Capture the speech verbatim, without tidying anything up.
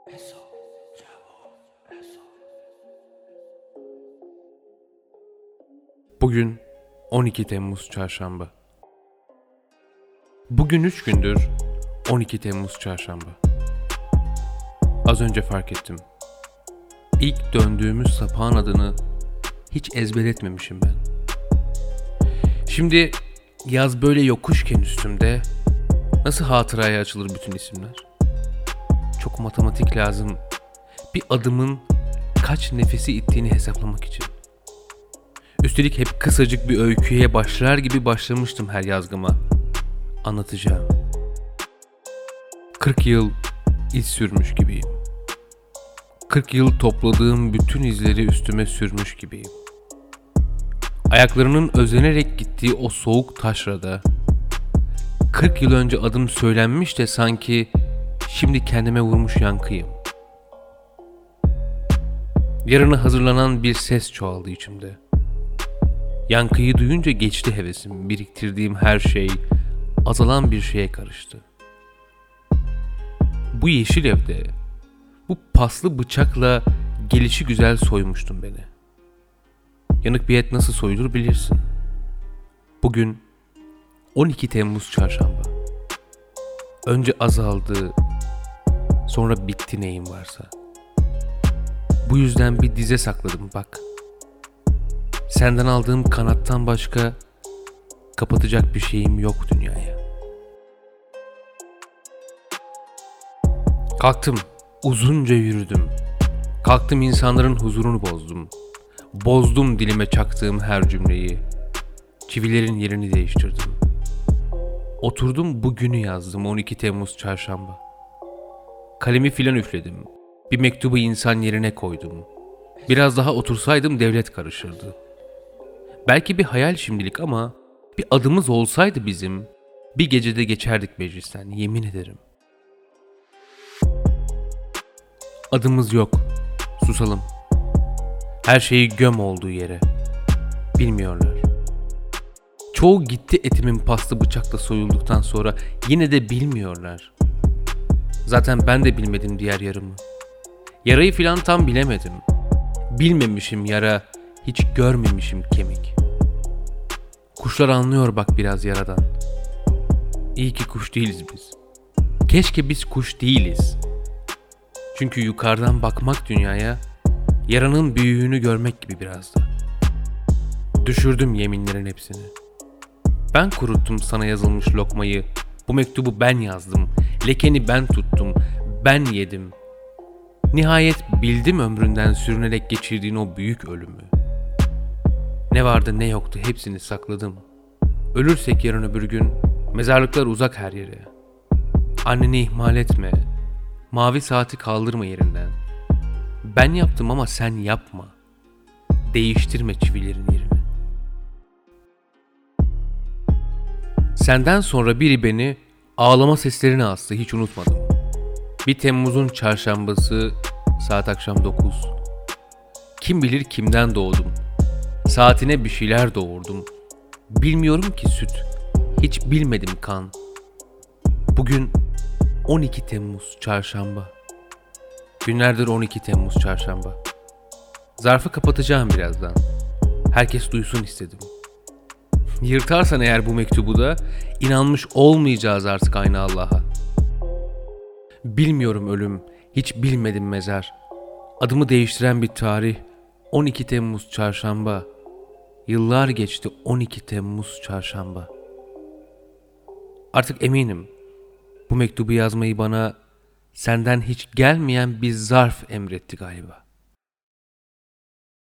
Eso, çabuk, eso. Bugün on iki Temmuz Çarşamba. Bugün üç gündür on iki Temmuz Çarşamba. Az önce fark ettim. İlk döndüğümüz sapağın adını hiç ezberletmemişim ben. Şimdi yaz böyle yokuşken üstümde nasıl hatıraya açılır bütün isimler? Çok matematik lazım bir adımın kaç nefesi ittiğini hesaplamak için. Üstelik hep kısacık bir öyküye başlar gibi başlamıştım her yazgıma. Anlatacağım. kırk yıl iz sürmüş gibiyim. kırk yıl topladığım bütün izleri üstüme sürmüş gibiyim. Ayaklarının özenerek gittiği o soğuk taşrada kırk yıl önce adım söylenmiş de sanki şimdi kendime vurmuş yankıyım. Yarına hazırlanan bir ses çoğaldı içimde. Yankıyı duyunca geçti hevesim, biriktirdiğim her şey azalan bir şeye karıştı. Bu yeşil evde, bu paslı bıçakla gelişi güzel soymuştun beni. Yanık bir et nasıl soyulur bilirsin. Bugün on iki Temmuz Çarşamba. Önce azaldı, sonra bitti neyim varsa. Bu yüzden bir dize sakladım bak. Senden aldığım kanattan başka kapatacak bir şeyim yok dünyaya. Kalktım, uzunca yürüdüm. Kalktım insanların huzurunu bozdum. Bozdum dilime çaktığım her cümleyi. Çivilerin yerini değiştirdim. Oturdum bugünü yazdım on iki Temmuz Çarşamba. Kalemi filan üfledim. Bir mektubu insan yerine koydum. Biraz daha otursaydım devlet karışırdı. Belki bir hayal şimdilik ama bir adımız olsaydı bizim, bir gecede geçerdik meclisten, yemin ederim. Adımız yok, susalım. Her şeyi göm olduğu yere. Bilmiyorlar. Çoğu gitti etimin paslı bıçakla soyulduktan sonra yine de bilmiyorlar. Zaten ben de bilmedim diğer yarımı. Yarayı filan tam bilemedim. Bilmemişim yara, hiç görmemişim kemik. Kuşlar anlıyor bak biraz yaradan. İyi ki kuş değiliz biz. Keşke biz kuş değiliz. Çünkü yukarıdan bakmak dünyaya, yaranın büyüğünü görmek gibi biraz da. Düşürdüm yeminlerin hepsini. Ben kuruttum sana yazılmış lokmayı. Bu mektubu ben yazdım. Lekeni ben tuttum. Ben yedim. Nihayet bildim ömründen sürünerek geçirdiğin o büyük ölümü. Ne vardı ne yoktu hepsini sakladım. Ölürsek yarın öbür gün mezarlıklar uzak her yere. Anneni ihmal etme. Mavi saati kaldırma yerinden. Ben yaptım ama sen yapma. Değiştirme çivilerin yerini. Senden sonra biri beni ağlama seslerine astı, hiç unutmadım. Bir Temmuz'un çarşambası, saat akşam dokuz. Kim bilir kimden doğdum. Saatine bir şeyler doğurdum. Bilmiyorum ki süt, hiç bilmedim kan. Bugün on iki Temmuz Çarşamba. Günlerdir on iki Temmuz Çarşamba. Zarfı kapatacağım birazdan. Herkes duysun istedim. Yırtarsan eğer bu mektubu da inanmış olmayacağız artık aynı Allah'a. Bilmiyorum ölüm, hiç bilmedim mezar. Adımı değiştiren bir tarih, on iki Temmuz Çarşamba. Yıllar geçti on iki Temmuz Çarşamba. Artık eminim, bu mektubu yazmayı bana senden hiç gelmeyen bir zarf emretti galiba.